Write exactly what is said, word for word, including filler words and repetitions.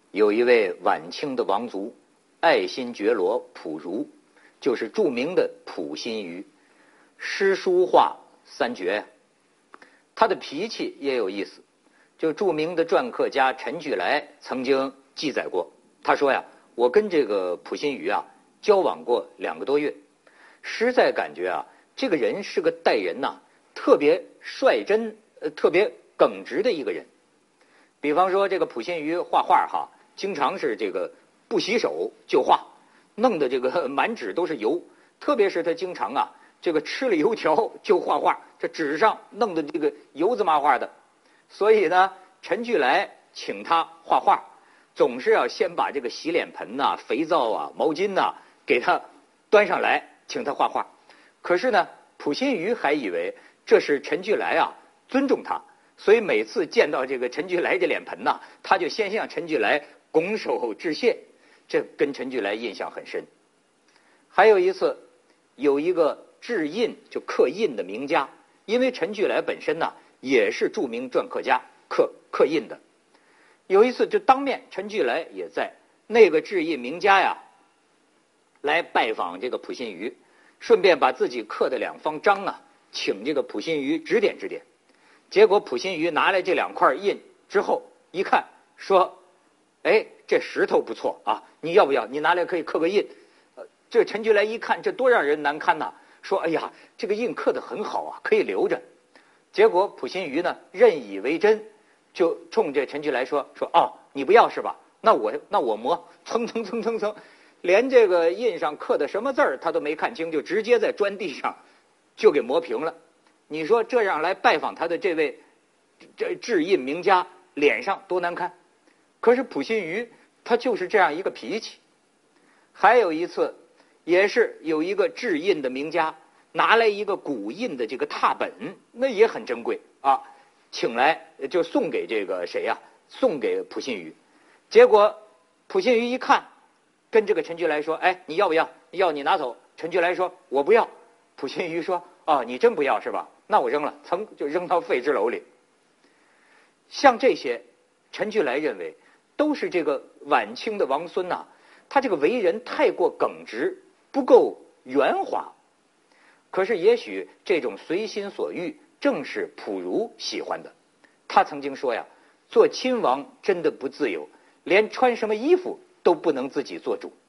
有一位晚清的王族，爱新觉罗溥儒，就是著名的溥心畬，诗书画三绝。他的脾气也有意思，就著名的篆刻家陈巨来曾经记载过，他说呀，我跟这个溥心畬啊交往过两个多月，实在感觉啊，这个人是个待人呐、啊、特别率真、呃特别耿直的一个人。比方说这个溥心畬画画哈，经常是这个不洗手就画，弄得这个满纸都是油。特别是他经常啊，这个吃了油条就画画，这纸上弄得这个油渍麻花的。所以呢，陈巨来请他画画，总是要先把这个洗脸盆呐、啊、肥皂啊、毛巾呐、啊、给他端上来，请他画画。可是呢，溥心畬还以为这是陈巨来啊尊重他，所以每次见到这个陈巨来这脸盆呐，他就先向陈巨来拱手致谢，这跟陈巨来印象很深。还有一次，有一个制印就刻印的名家，因为陈巨来本身呢也是著名篆刻家，刻刻印的。有一次就当面，陈巨来也在，那个制印名家呀来拜访这个溥心畬，顺便把自己刻的两方章啊请这个溥心畬指点指点。结果溥心畬拿来这两块印之后一看，说哎，这石头不错啊，你要不要？你拿来可以刻个印。呃，这陈巨来一看，这多让人难堪呐、啊！说哎呀，这个印刻得很好啊，可以留着。结果溥心畬呢认以为真，就冲这陈巨来说说哦，你不要是吧？那我那我磨，蹭蹭蹭蹭蹭，连这个印上刻的什么字儿他都没看清，就直接在砖地上就给磨平了。你说这样来拜访他的这位这制印名家脸上多难看。可是溥心畬他就是这样一个脾气。还有一次也是有一个制印的名家拿来一个古印的这个拓本，那也很珍贵啊，请来就送给这个谁呀、啊？送给溥心畬。结果溥心畬一看，跟这个陈巨来说，哎，你要不要？要你拿走。陈巨来说我不要。溥心畬说哦，你真不要是吧？那我扔了，噌就扔到废纸篓里。像这些，陈巨来认为都是这个晚清的王孙呐、啊，他这个为人太过耿直，不够圆滑。可是也许这种随心所欲正是溥儒喜欢的。他曾经说呀，做亲王真的不自由，连穿什么衣服都不能自己做主。